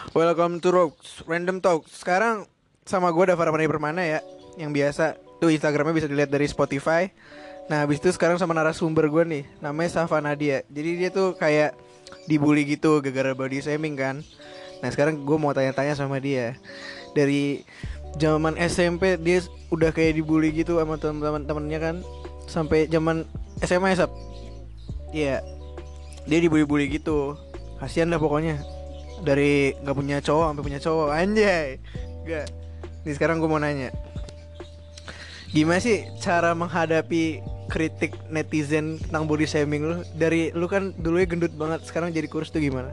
Welcome to Rocks Random Talk. Sekarang sama gue Dava Ramani Permana ya. Yang biasa tuh Instagramnya bisa dilihat dari Spotify. Nah habis itu sekarang sama narasumber gue nih, namanya Safa Nadia. Jadi dia tuh kayak dibully gitu gara-gara body shaming kan. Nah sekarang gue mau tanya-tanya sama dia. Dari zaman SMP dia udah kayak dibully gitu sama teman-temannya kan. Sampai zaman SMA ya Sap. Iya, dia dibully-bully gitu. Kasian dah pokoknya. Dari nggak punya cowok sampai punya cowok, anjay. Gak. Nih sekarang gue mau nanya, gimana sih cara menghadapi kritik netizen tentang body shaming lu? Dari lu kan dulunya gendut banget, sekarang jadi kurus tuh gimana?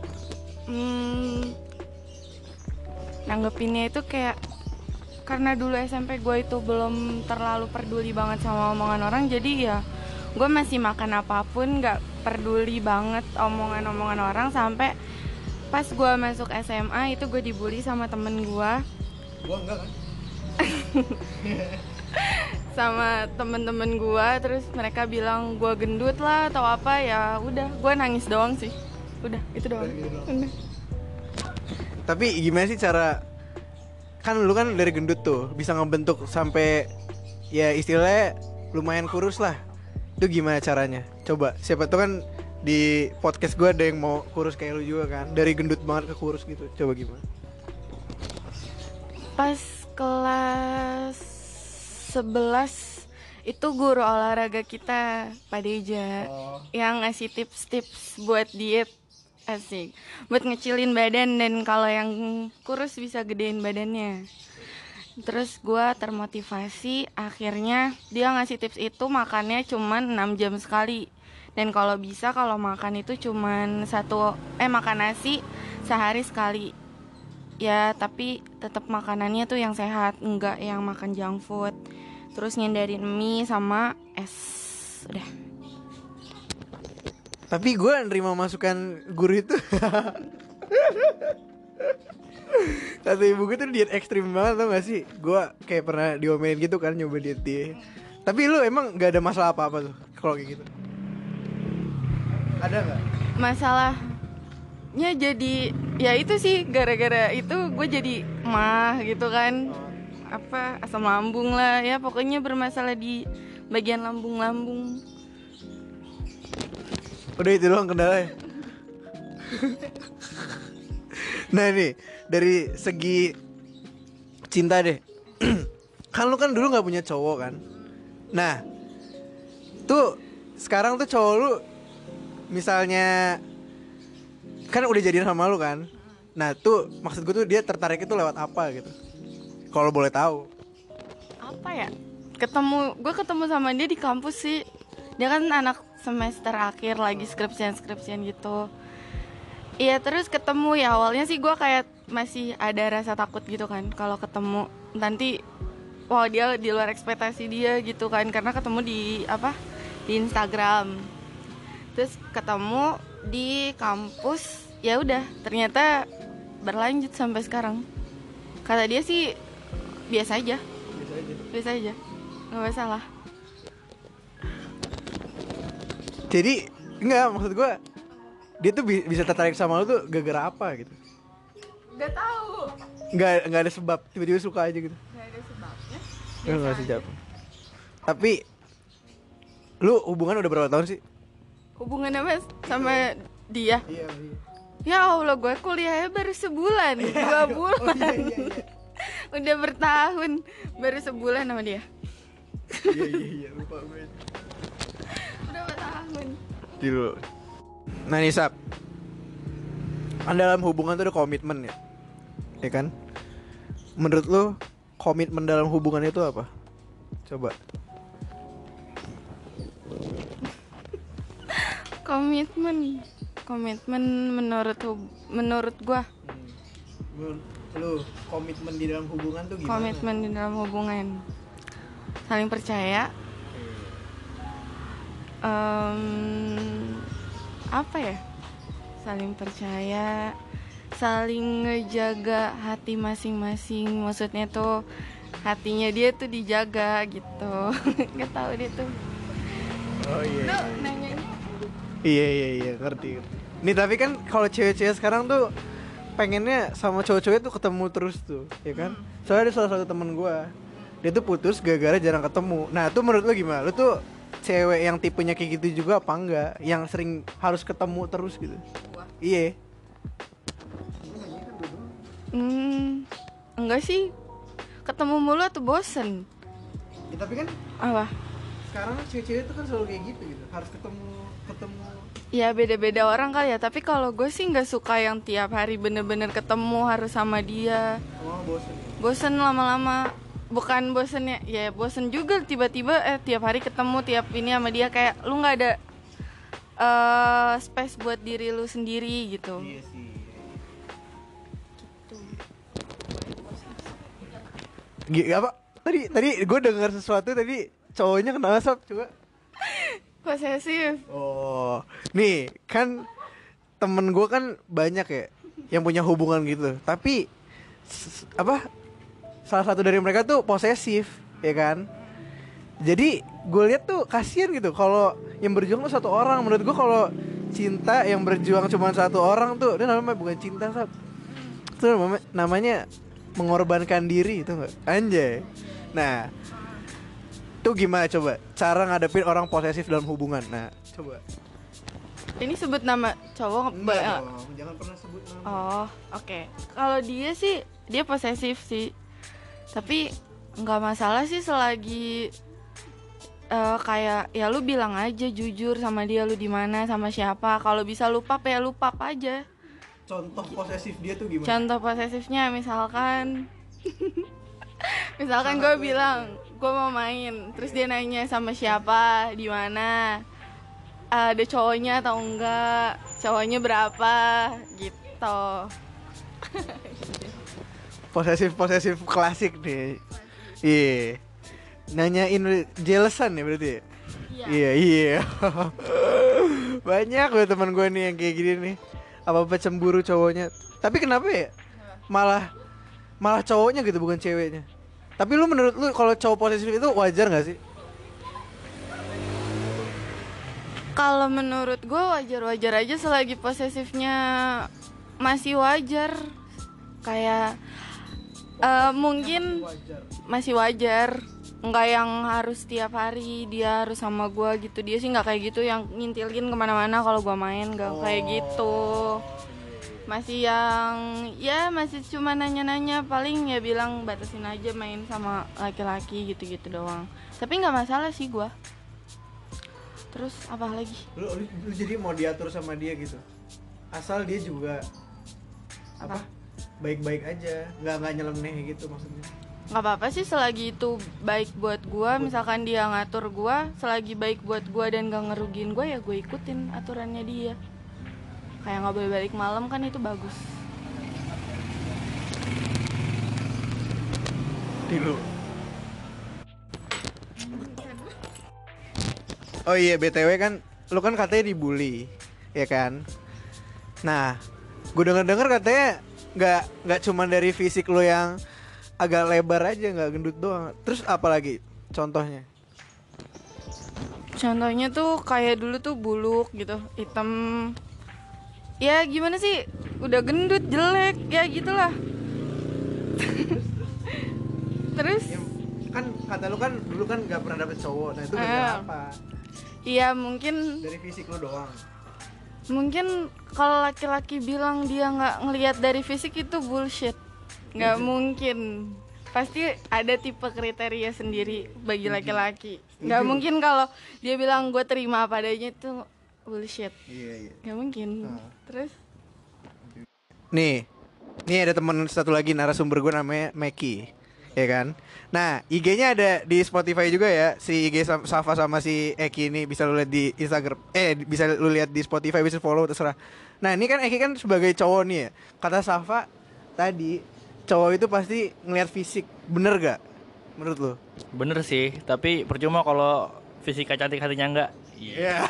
Nanggepinnya itu kayak karena dulu SMP gue itu belum terlalu peduli banget sama omongan orang, jadi ya gue masih makan apapun, nggak peduli banget omongan-omongan orang. Sampai pas gue masuk SMA itu gue dibully sama temen gue, Gua enggak kan? sama temen-temen gue. Terus mereka bilang gue gendut lah atau apa, ya udah gue nangis doang sih, udah itu doang. Udah. Tapi gimana sih cara, kan lu kan dari gendut tuh bisa ngebentuk sampai ya istilahnya lumayan kurus lah. Itu gimana caranya? Coba, siapa tuh kan di podcast gue ada yang mau kurus kayak lu juga kan. Dari gendut banget ke kurus gitu. Coba gimana? Pas kelas 11 itu guru olahraga kita, Pak Deja, yang ngasih tips-tips buat diet, asik, buat ngecilin badan, dan kalau yang kurus bisa gedein badannya. Terus gue termotivasi, akhirnya dia ngasih tips itu makannya cuman 6 jam sekali. Dan kalau bisa, kalau makan itu cuman makan nasi sehari sekali. Ya tapi tetap makanannya tuh yang sehat, enggak yang makan junk food. Terus ngindarin mie sama es. Udah. Tapi gue nerima masukan guru itu. Kata ibu gue tuh diet ekstrim banget, tau gak sih? Gue kayak pernah diomelin gitu kan, nyoba diet dia. Tapi lu emang gak ada masalah apa-apa tuh kalau kayak gitu? Ada gak? Masalahnya jadi ya itu sih, gara-gara itu gue jadi mah gitu kan, apa asam lambung lah ya, pokoknya bermasalah di bagian lambung. Udah itu doang kendalanya. Nah nih, dari segi cinta deh. Kan lu kan dulu gak punya cowok kan. Nah tuh sekarang tuh cowok lu misalnya kan udah jadian sama lu kan. Nah tuh maksud gue tuh dia tertarik itu lewat apa gitu, kalau boleh tahu. Apa ya, gue ketemu sama dia di kampus sih. Dia kan anak semester akhir, lagi skripsian gitu. Iya, terus ketemu ya, awalnya sih gue kayak masih ada rasa takut gitu kan, kalau ketemu nanti wah dia di luar ekspektasi dia gitu kan, karena ketemu di Instagram. Terus ketemu di kampus, ya udah ternyata berlanjut sampai sekarang. Kata dia sih biasa aja, nggak masalah. Jadi enggak, maksud gue dia tuh bisa tertarik sama lu tuh gara-gara apa gitu? Nggak tahu, Nggak ada sebab, tiba-tiba suka aja gitu. nggak ada sebabnya. Nggak sih jawab. Tapi lu hubungan udah berapa tahun sih? Hubungannya mas sama dia? Iya. Ya Allah, gue kuliahnya baru sebulan, 2 bulan. Udah bertahun, baru sebulan sama dia. Iya, lupa gue. Udah bertahun. Dulu. Nah nih Sap, kan dalam hubungan tuh ada komitmen ya, ya kan? Menurut lu komitmen dalam hubungan itu apa? Coba. Komitmen menurut gue. Lu komitmen di dalam hubungan tuh gimana? Komitmen di dalam hubungan, saling percaya. Apa ya? Saling percaya, saling ngejaga hati masing-masing. Maksudnya tuh hatinya dia tuh dijaga gitu. Nggak tahu dia tuh. Oh iya. Lu nanya Iya ngerti. Nih tapi kan kalau cewek-cewek sekarang tuh pengennya sama cowok-cowoknya tuh ketemu terus tuh, ya kan? Soalnya ada salah satu temen gue, dia tuh putus gara-gara jarang ketemu. Nah tuh menurut lu gimana? Lu tuh cewek yang tipenya kayak gitu juga apa enggak? Yang sering harus ketemu terus gitu? Iya. Enggak sih, ketemu mulu atau bosen? Ya, tapi kan Apa? sekarang cewek-cewek tuh kan selalu kayak gitu, harus ketemu. Ya beda-beda orang kali ya. Tapi kalau gue sih nggak suka yang tiap hari bener-bener ketemu harus sama dia. Oh bosen. Bosen lama-lama. Bukan bosennya, ya bosen juga tiba-tiba tiap hari ketemu tiap ini sama dia, kayak lu nggak ada space buat diri lu sendiri gitu. Iya sih. Apa? Tadi gue dengar sesuatu tadi, cowoknya kenapa Sob? Coba. Posesif. Oh, nih kan temen gue kan banyak ya yang punya hubungan gitu. Tapi salah satu dari mereka tuh posesif, ya kan? Jadi gue lihat tuh kasihan gitu kalau yang berjuang tuh satu orang. Menurut gue kalau cinta yang berjuang cuma satu orang tuh, dia namanya bukan cinta, Sob. Itu namanya mengorbankan diri, itu nggak? Anjay. Nah, tuh gimana coba cara ngadepin orang posesif dalam hubungan? Nah, coba. Ini sebut nama cowok boleh nggak? Jangan pernah sebut nama. Oh, oke. Kalau dia sih, dia posesif sih. Tapi nggak masalah sih selagi kayak ya lu bilang aja jujur sama dia, lu di mana sama siapa. Kalau bisa lupa ya lupa aja. Contoh posesif dia tuh gimana? Contoh posesifnya misalkan misalkan gue bilang gue mau main, terus dia nanya sama siapa, di mana, ada cowoknya atau enggak, cowoknya berapa, gitu. Posesif klasik nih. Iya. Nanyain jealousan ya berarti. Iya. Banyak gue teman gue nih yang kayak gini nih. Apa cemburu cowoknya. Tapi kenapa ya? Malah cowoknya gitu, bukan ceweknya. Tapi lu menurut lu kalau cowok posesif itu wajar gak sih? Kalau menurut gue wajar-wajar aja selagi posesifnya masih wajar. Kayak mungkin masih wajar. Nggak yang harus tiap hari dia harus sama gue gitu. Dia sih nggak kayak gitu, yang ngintilin kemana-mana kalau gue main, nggak kayak gitu. Masih yang ya masih cuma nanya-nanya, paling ya bilang batasin aja main sama laki-laki gitu-gitu doang. Tapi nggak masalah sih gue. Terus apa lagi? Lu jadi mau diatur sama dia gitu, asal dia juga apa? Baik-baik aja, nggak nyeleneh gitu maksudnya. Nggak apa-apa sih selagi itu baik buat gue. Misalkan dia ngatur gue, selagi baik buat gue dan gak ngerugiin gue, ya gue ikutin aturannya dia. Kayak nggak boleh balik malam kan, itu bagus. Dulu. Oh iya, BTW kan lu kan katanya dibully, ya kan? Nah, gue dengar katanya nggak cuma dari fisik lu yang agak lebar aja, nggak gendut doang. Terus apa lagi contohnya? Contohnya tuh kayak dulu tuh buluk gitu, hitam. Ya gimana sih, udah gendut, jelek, ya gitulah. Terus Ya, kan kata lu kan dulu kan nggak pernah dapet cowok. Nah itu gara apa? iya mungkin Dari fisik lu doang. Mungkin kalau laki-laki bilang dia nggak ngelihat dari fisik itu bullshit. Nggak mungkin. Pasti ada tipe kriteria sendiri bagi laki-laki. Nggak mungkin kalau dia bilang gue terima apa adanya itu bullshit. Iya. Nggak mungkin. Terus? Nih ada teman satu lagi narasumber gue namanya Meki, ya kan? Nah IG-nya ada di Spotify juga ya, si IG Safa sama si Eki ini bisa lu lihat di Instagram, bisa lu lihat di Spotify, bisa follow terserah. Nah ini kan Eki kan sebagai cowok nih ya, kata Safa tadi cowok itu pasti ngelihat fisik, bener gak menurut lu? Bener sih, tapi percuma kalau fisika cantik hatinya enggak. Iya.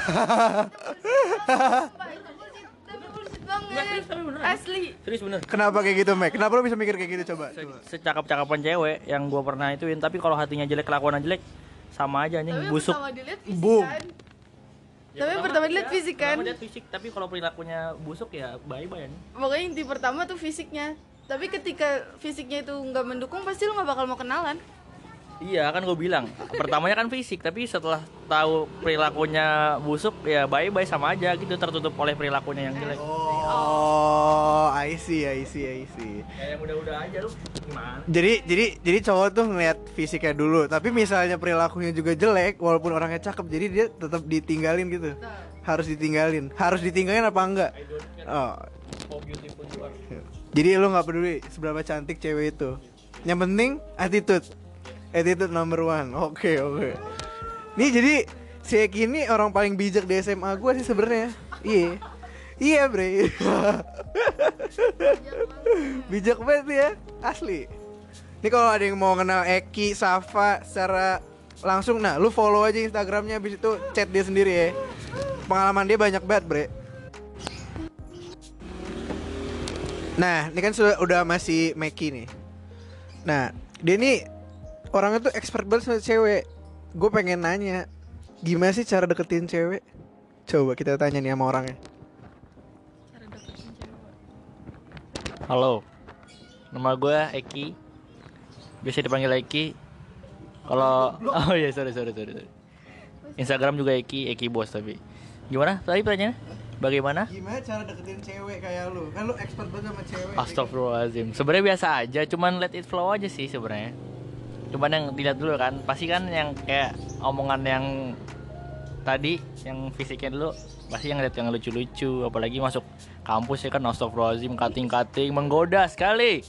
Asli. Serius bener. Kenapa kayak gitu, Mek? Kenapa lu bisa mikir kayak gitu, coba? Secakap-cakapan cewek yang gue pernah ituin, tapi kalau hatinya jelek, kelakuannya jelek, sama aja anjing, busuk. Sama dilihat fisik Boom. kan? Tapi pertama dilihat fisik kan. Pertama lihat fisik, tapi kalau perilakunya busuk ya bye-bye. Pokoknya inti pertama tuh fisiknya. Tapi ketika fisiknya itu nggak mendukung, pasti lu nggak bakal mau kenalan. Iya kan gue bilang, pertamanya kan fisik, tapi setelah tahu perilakunya busuk ya bye-bye sama aja gitu, tertutup oleh perilakunya yang jelek. Oh, I see. Kayak udah aja lu gimana? Jadi cowok tuh ngeliat fisiknya dulu, tapi misalnya perilakunya juga jelek, walaupun orangnya cakep, jadi dia tetap ditinggalin gitu. Harus ditinggalin apa enggak? Oh. How beautiful you are. Jadi lu nggak peduli seberapa cantik cewek itu. Yang penting attitude number one. Oke. Nih jadi si Eki ini orang paling bijak di SMA gue sih sebenarnya. Iya bre. Bijak banget ya, asli. Ini kalau ada yang mau kenal Eki, Safa secara langsung, nah lu follow aja Instagramnya, habis itu chat dia sendiri ya. Pengalaman dia banyak banget bre. Nah ini kan udah masih Meki nih. Nah dia nih orangnya tuh expert banget sama cewek. Gue pengen nanya, gimana sih cara deketin cewek? Coba kita tanya nih sama orangnya. Halo, nama gue Eki, biasa dipanggil Eki. Kalau sorry. Instagram juga Eki Bos tapi. Gimana? Tadi pertanyaannya? Bagaimana? Gimana cara deketin cewek kayak lu? Kan lu expert banget sama cewek. Astagfirullahaladzim. Sebenarnya biasa aja, cuman let it flow aja sih sebenarnya. Cuman yang dilihat dulu kan, pasti kan yang kayak omongan yang tadi, yang fisiknya dulu, pasti yang lihat yang lucu-lucu, apalagi masuk kampus ya kan, astagfirullahaladzim, kating-kating, menggoda sekali.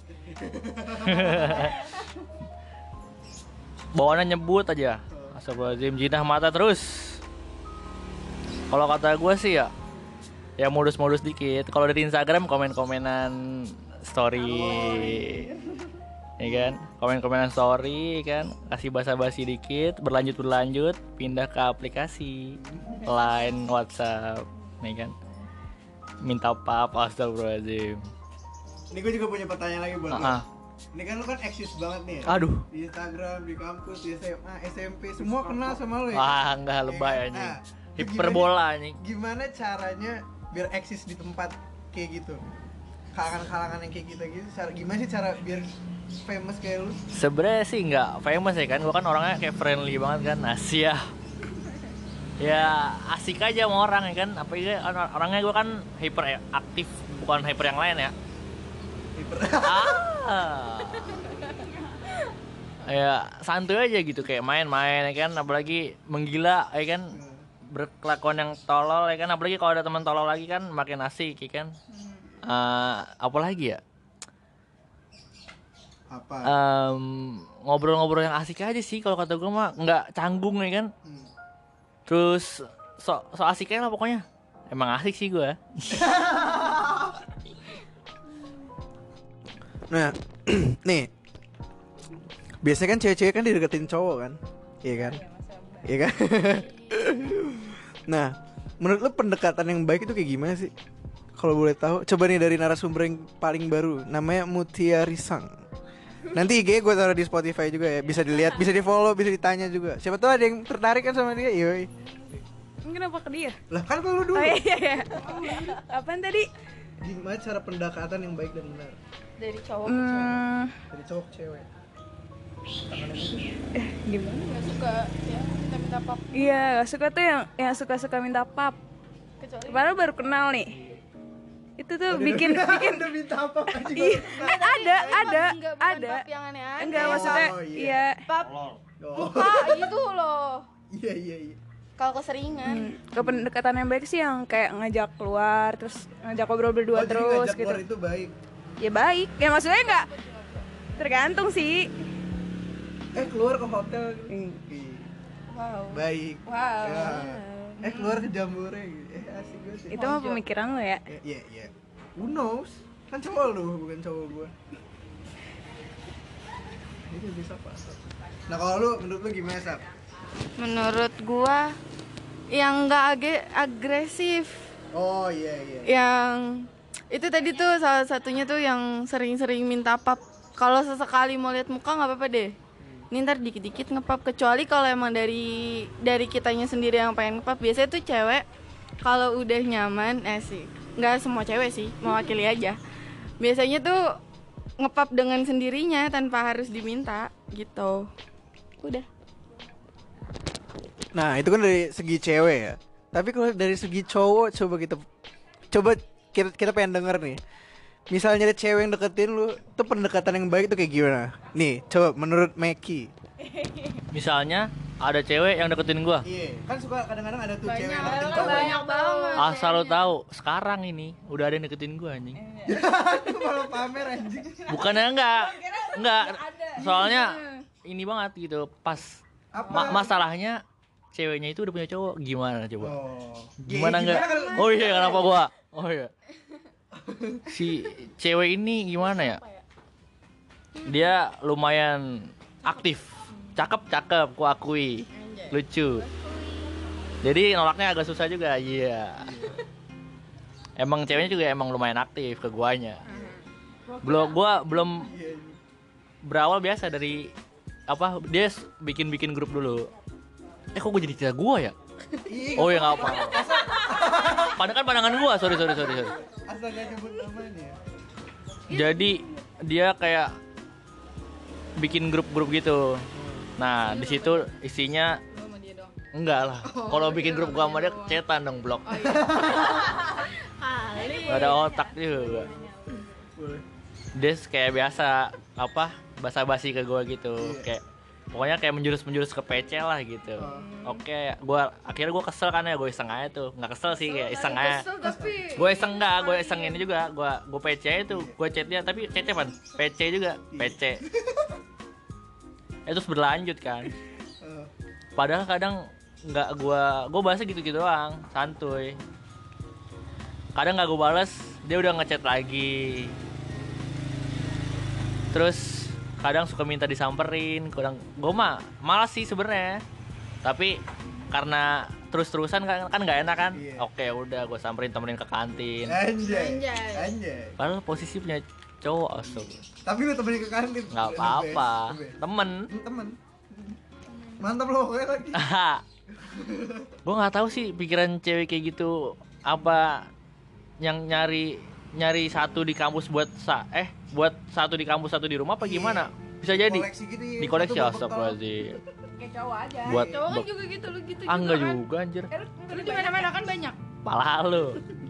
Bawaannya nyebut aja, astagfirullahaladzim, jinah mata terus. Kalau kata gue sih ya modus-modus dikit. Kalau dari Instagram komen-komenan story, ya kan, komen-komenan story kan, kasih basa-basi dikit, berlanjut pindah ke aplikasi Line, WhatsApp, ya kan, minta pap, astagfirullahaladzim. Ini gue juga punya pertanyaan lagi buat lu. Ini kan lu kan eksis banget nih. Aduh. Di Instagram, di kampus, di SMA, SMP, semua kenal sama lu ya. Wah, enggak lebay Ya kan? anjing. Nah, Hiperbola anjing. Gimana caranya biar eksis di tempat kayak gitu? Kalangan-kalangan yang kayak gitu. Gimana sih cara biar famous kayak lu? Sebenarnya sih nggak famous ya kan, gua kan orangnya kayak friendly banget kan, Asia. Ya asik aja sama orang ya kan, apa ya, orangnya gua kan hyper aktif, bukan hyper yang lain ya. Ya santuy aja gitu, kayak main-main ya kan, apalagi menggila ya kan, berkelakuan yang tolol ya kan, apalagi kalau ada teman tolol lagi kan makin asik ya kan. Apalagi ya, ngobrol-ngobrol yang asik aja sih kalau kata gue mah, nggak canggung ya kan. Terus so asiknya lah pokoknya, emang asik sih gue. Nah nih, biasanya kan cewek-cewek kan dideketin cowok kan, iya kan? Iya kan? Nah, menurut lu pendekatan yang baik itu kayak gimana sih? Kalau boleh tahu, coba nih dari narasumber yang paling baru, namanya Mutia Risang. Nanti IG gue taruh di Spotify juga ya, bisa dilihat, bisa di follow, bisa ditanya juga. Siapa tahu ada yang tertarik kan sama dia, yoi. Kenapa ke dia? Lah kan lu dulu. Oh iya. Apaan tadi? Gimana cara pendekatan yang baik dan benar Dari cowok ke cewek. dari cowok ke cewek? Gimana? Gak suka ya minta pap. Iya, gak suka tuh yang suka minta pap. Kecuali padahal baru kenal nih. Itu tuh bikin Udah minta apa aja? Iya, ada. Pap yang aneh-aneh. Enggak, maksudnya iya. Pap Oh. Pak gitu loh. Iya. Kalau keseringan. Ke pendekatan yang baik sih yang kayak ngajak keluar, terus ngajak ngobrol berdua Jadi terus ngajak gitu. keluar itu baik. Ya baik. Ya maksudnya enggak tergantung sih. Keluar ke hotel gitu. Wow. Baik. Wow. Ya. Keluar ke Jambore gitu. Asik banget. Itu mah pemikiran lo ya. Iya. Who knows? Kan cowok lu, bukan cowok gua. Itu bisa Pak. Nah, kalau lu menurut lu gimana, Sap? Menurut gua yang enggak agresif. Oh iya. Yang itu tadi tuh salah satunya tuh yang sering-sering minta pap. Kalau sesekali mau lihat muka nggak apa-apa deh. ini ntar dikit-dikit ngepap. Kecuali kalau emang dari kitanya sendiri yang pengen ngepap. Biasanya tuh cewek kalau udah nyaman, sih nggak semua cewek sih, mewakili aja, biasanya tuh ngepap dengan sendirinya tanpa harus diminta gitu. Udah. Nah itu kan dari segi cewek ya. Tapi kalau dari segi cowok, kita pengen denger nih. Misalnya ada cewek yang deketin lu, tuh pendekatan yang baik tuh kayak gimana? Nih, coba menurut Meki. Misalnya ada cewek yang deketin gua. Iya, kan suka kadang-kadang ada tuh cewek yang deketin Banyak, cowok. banyak banget. Asal lo tahu, sekarang ini udah ada yang deketin gua anjing. Itu malah pamer anjing. Bukannya enggak. Soalnya ini banget gitu, pas masalahnya ceweknya itu udah punya cowok, gimana coba? Gimana enggak? Oh iya, kenapa gua? Oh iya. Si cewek ini gimana ya? Dia lumayan aktif, cakep, ku akui, lucu. Jadi nolaknya agak susah juga, iya. Emang ceweknya juga emang lumayan aktif ke guanya. Gua belum berawal biasa dari apa? Dia bikin grup dulu. Kok gue jadi cerita gua ya? Oh ya nggak apa. Padahal kan pandangan gua, sorry. Asal gak nyebut namanya. Jadi dia kayak bikin grup gitu. Nah di situ isinya enggak lah. Kalau bikin grup gua sama dia cetan dong, blok. Gak ada otak juga. Dia kayak biasa apa basa-basi ke gua gitu, kayak pokoknya kayak menjurus ke PC lah gitu. Oke, akhirnya gue kesel kan ya, gue iseng aja tuh. Nggak kesel sih, kayak iseng aja. Gue iseng ini juga, gue PC aja tuh, gue chat dia, tapi chatnya pan PC juga, PC. Terus berlanjut kan. Padahal kadang nggak gue bahasnya gitu-gitu doang, santuy. Kadang nggak gue balas, dia udah ngechat lagi. Terus kadang suka minta disamperin, kadang gue mah malas sih sebenarnya, tapi karena terus-terusan kan nggak enak kan. Iya. Oke udah gue samperin, temenin ke kantin. Anjay. Padahal posisi punya cowok asal. Tapi lu temenin ke kantin. Nggak apa-apa, temen. Mantap loh kayak lagi. Gue nggak tahu sih pikiran cewek kayak gitu, apa yang nyari satu di kampus buat satu di kampus, satu di rumah apa gimana? Bisa jadi Koleksi gitu ya. di koleksi Satu asap bekal. sih. Kayak cowok aja. Buat Cowok kan juga gitu, lu gitu juga enggak kan. juga anjir. Lu di mana-mana kan banyak. Pala lu.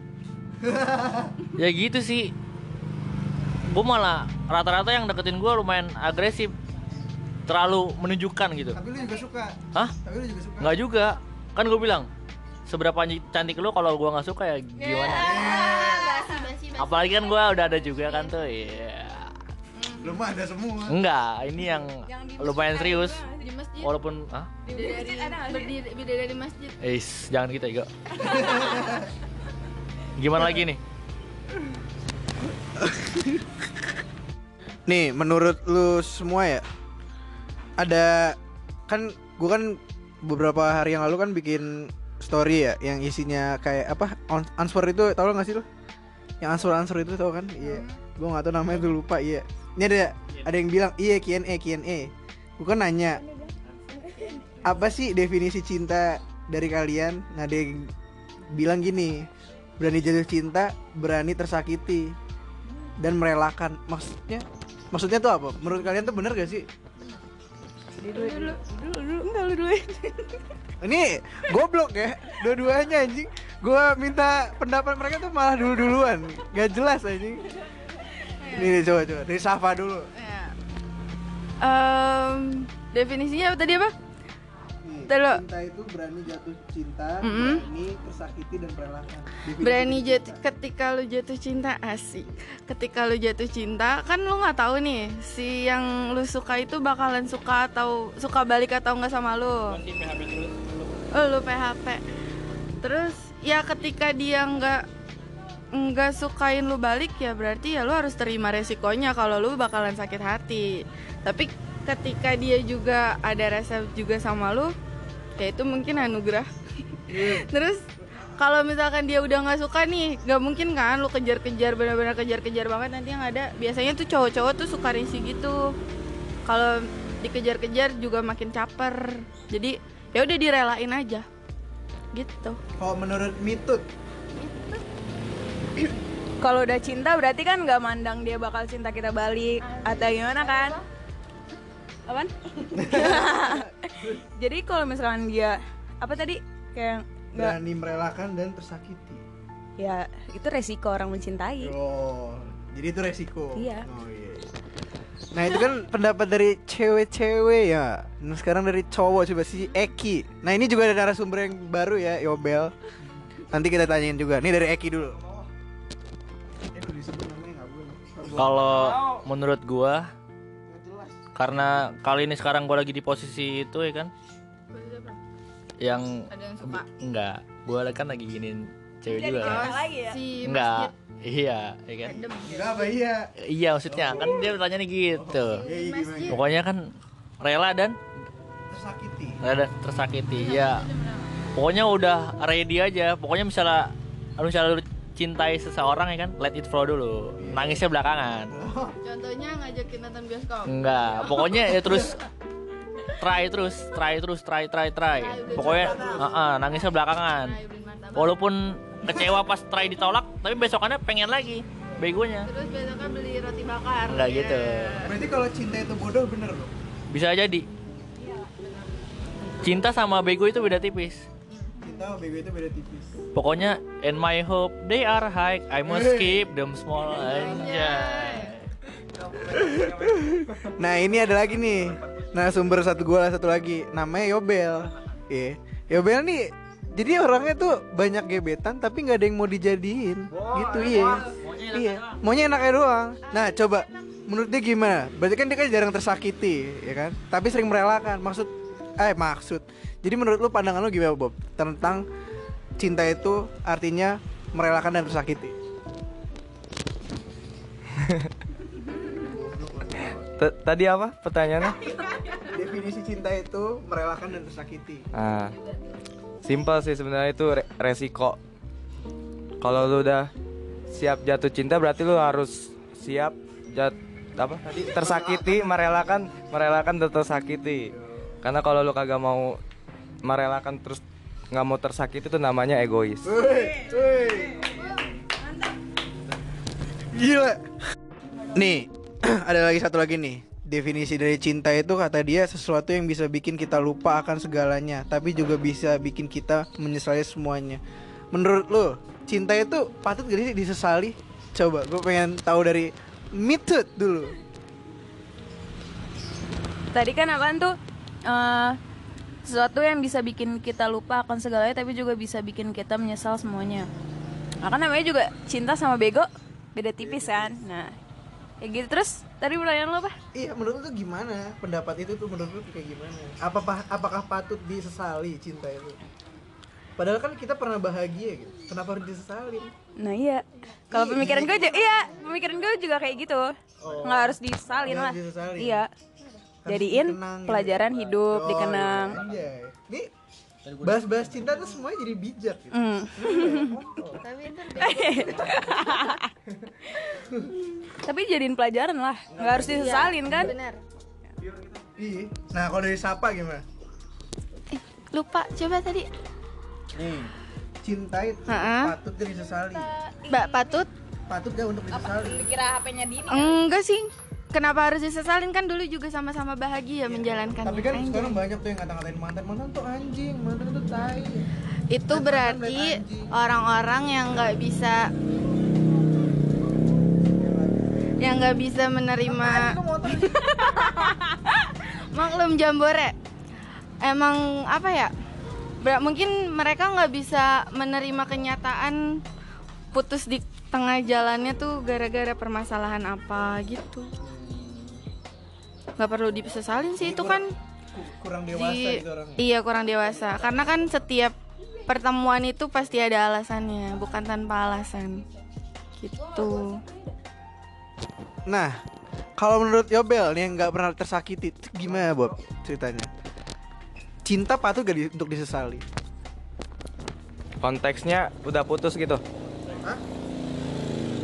Ya gitu sih. Gue malah rata-rata yang deketin gue lumayan agresif, terlalu menunjukkan gitu. Tapi lu juga suka. Hah? Tapi lu juga suka. Nggak juga. Kan gue bilang seberapa cantik lu, kalau gue nggak suka ya gimana? Basi. Apalagi kan gue udah ada juga kan tuh. Iya. Lu mah ada semua. Enggak, ini yang lumayan serius. Di masjid. Walaupun Bidadari masjid. jangan gitu ya, Gimana lagi nih? Nih, menurut lu semua ya, ada kan gua kan beberapa hari yang lalu kan bikin story ya yang isinya kayak apa? Answer itu tau gak sih lu? Yang answer itu tau kan? Iya. Gua enggak tahu namanya tuh, lupa. Iya. Ini ada yang bilang iya Q&A. Gua kan nanya, apa sih definisi cinta dari kalian? Nah, ada yang bilang gini, berani jatuh cinta, berani tersakiti, dan merelakan. Maksudnya tuh apa? Menurut kalian tuh bener gak sih? Dulu. Enggak lu duluin. Ini goblok ya, dua-duanya anjing. Gua minta pendapat mereka tuh malah duluan. Gak jelas anjing. Nih coba dari Safa dulu. Ya. Definisinya apa tadi apa? Cinta itu berani jatuh cinta, berani tersakiti dan merelakan. Berani jatuh, ketika lu jatuh cinta, asik. Ketika lu jatuh cinta, kan lu nggak tahu nih si yang lu suka itu bakalan suka atau suka balik atau enggak sama lu. Lu PHP. Terus ya ketika dia nggak sukain lu balik, ya berarti ya lu harus terima resikonya kalau lu bakalan sakit hati. Tapi ketika dia juga ada rasa juga sama lu, ya itu mungkin anugerah. Terus kalau misalkan dia udah nggak suka nih, nggak mungkin kan lu kejar-kejar, benar-benar kejar-kejar banget. Nanti yang ada biasanya tuh cowok-cowok tuh suka risih gitu. Kalau dikejar-kejar juga makin caper. Jadi ya udah direlain aja gitu. Kalau menurut Mitut, Kalau udah cinta berarti kan nggak mandang dia bakal cinta kita balik atau gimana kan? Apaan? Jadi kalau misalkan dia apa tadi kayak nggak, berani merelakan dan tersakiti. ya itu resiko orang mencintai. Oh, jadi itu resiko. Iya. Oh iya. Nah itu kan pendapat dari cewek-cewek ya. Nah sekarang dari cowok coba si Eki. Nah ini juga ada narasumber yang baru ya, Yobel. Nanti kita tanyain juga. Nih dari Eki dulu. Kalau menurut gua, karena kali ini sekarang gua lagi di posisi itu ya kan, yang Ada yang suka. enggak, gua kan lagi giniin cewek juga kan. lagi ya? Si Enggak, iya, ya kan. Enggak apa iya. Iya maksudnya kan dia bertanya nih gitu. Iya gimana? Pokoknya kan rela dan Tersakiti. tersakiti. Ya, pokoknya udah ready aja. Pokoknya misalnya lu cintai seseorang ya kan, let it flow dulu. Nangisnya belakangan. Contohnya ngajakin nonton bioskop. Enggak, pokoknya ya terus try. Pokoknya nangisnya belakangan. Walaupun kecewa pas try ditolak, tapi besokannya pengen lagi. Begonya. Terus besoknya beli roti bakar. Enggak gitu. Berarti kalau cinta itu bodoh bener loh. Bisa jadi. Cinta sama bego itu beda tipis. Cinta sama bego itu beda tipis. Pokoknya in my hope they are high, I must keep them small. Anjay. Nah ini ada lagi nih. Nah sumber satu lagi. Namanya Yobel. Iya. Yobel nih. Jadi orangnya tuh banyak gebetan tapi nggak ada yang mau dijadiin. Gitu iya. Iya. Maunya enaknya doang. Nah coba. Menurut dia gimana? Berarti kan dia kan jarang tersakiti, ya kan? Tapi sering merelakan. Maksud. Jadi menurut lu pandangan lu gimana Bob? Tentang cinta itu artinya merelakan dan tersakiti. Tadi apa pertanyaannya? Definisi cinta itu merelakan dan tersakiti. Simpel sih sebenarnya itu resiko. Kalau lu udah siap jatuh cinta berarti lu harus siap tersakiti, merelakan dan tersakiti. Karena kalau lu kagak mau merelakan terus nggak mau tersakiti itu namanya egois. Gila. Nih, ada satu lagi nih. Definisi dari cinta itu kata dia sesuatu yang bisa bikin kita lupa akan segalanya, tapi juga bisa bikin kita menyesali semuanya. Menurut lo, cinta itu patut gak sih disesali? Coba, gue pengen tahu dari Mitut dulu. Tadi kan apaan tuh? Sesuatu yang bisa bikin kita lupa akan segalanya tapi juga bisa bikin kita menyesal semuanya. Nah kan namanya juga cinta sama bego beda tipis kan. Nah ya gitu. Terus tadi pertanyaan lo apa? Iya, menurut lu gimana? Pendapat itu tuh menurut lu kayak gimana? Apakah patut disesali cinta itu? Padahal kan kita pernah bahagia gitu. Kenapa harus disesalin? Nah iya. Kalau pemikiran gue juga kayak gitu. Nggak harus disesalin Nggak lah. harus disesalin. Iya. Harus Jadiin dikenang gitu. pelajaran hidup, dikenang. Iya, anjay. Nih bahas-bahas cinta tuh semuanya jadi bijak gitu. Tapi jadiin pelajaran lah. Nggak harus disesalin kan? Benar. Iya. Nah, kalau dari Sapa gimana? Lupa, coba tadi. Nih, cinta itu patut gak disesali? Mbak patut? Patut gak untuk disesali? Dikira HP-nya Dini. Enggak sih. Kenapa harus disesalin, kan dulu juga sama-sama bahagia menjalankannya. Tapi kan Anjay. sekarang banyak tuh yang ngata-ngatain mantan tuh anjing, mantan tuh tai. Itu berarti orang-orang yang nggak bisa menerima maklum jambore. Emang apa ya, mungkin mereka nggak bisa menerima kenyataan putus di tengah jalannya tuh gara-gara permasalahan apa gitu. Nggak perlu disesalin sih, itu kan kurang dewasa gitu orangnya. Iya, kurang dewasa. Karena kan setiap pertemuan itu pasti ada alasannya, bukan tanpa alasan. Gitu. Nah, kalau menurut Yobel nih yang nggak pernah tersakiti, itu gimana Bob ceritanya? Cinta patut gak untuk disesali? Konteksnya udah putus gitu. Hah?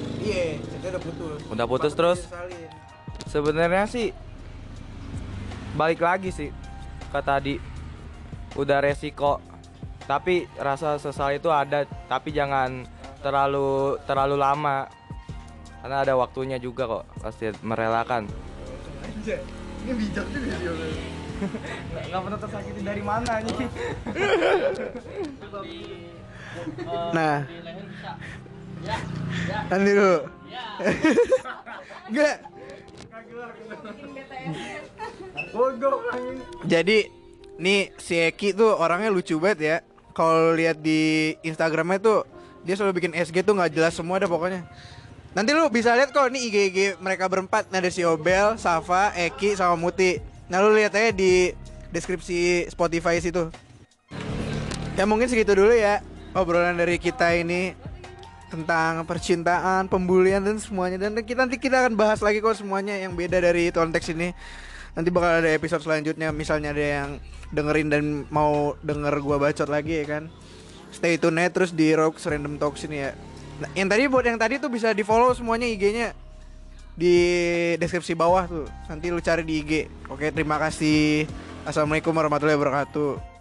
Iya, cinta udah putus. Udah putus Patut terus. disesalin. Sebenarnya sih balik lagi sih ke tadi, udah resiko, tapi rasa sesal itu ada, tapi jangan terlalu lama, karena ada waktunya juga kok, pasti merelakan. Ini bijak juga sih. Nggak pernah tersakiti dari mana nih? Nah, nanti dulu. Enggak. Jadi nih si Eki tuh orangnya lucu banget ya. Kalau lihat di Instagramnya tuh dia selalu bikin SG tuh nggak jelas semua dah pokoknya. Nanti lu bisa lihat kok nih IG mereka berempat. Nah, ada si Obel, Safa, Eki sama Muti. Nah, lu lihat aja di deskripsi Spotify situ. Ya mungkin segitu dulu ya obrolan dari kita ini tentang percintaan, pembulian dan semuanya. Dan nanti kita akan bahas lagi kok semuanya yang beda dari konteks ini. Nanti bakal ada episode selanjutnya, misalnya ada yang dengerin dan mau denger gua bacot lagi ya kan. Stay tune aja terus di Rocks Random Talks ini ya. Nah, yang tadi tuh bisa di-follow semuanya IG-nya di deskripsi bawah tuh. Nanti lu cari di IG. Oke, terima kasih. Assalamualaikum warahmatullahi wabarakatuh.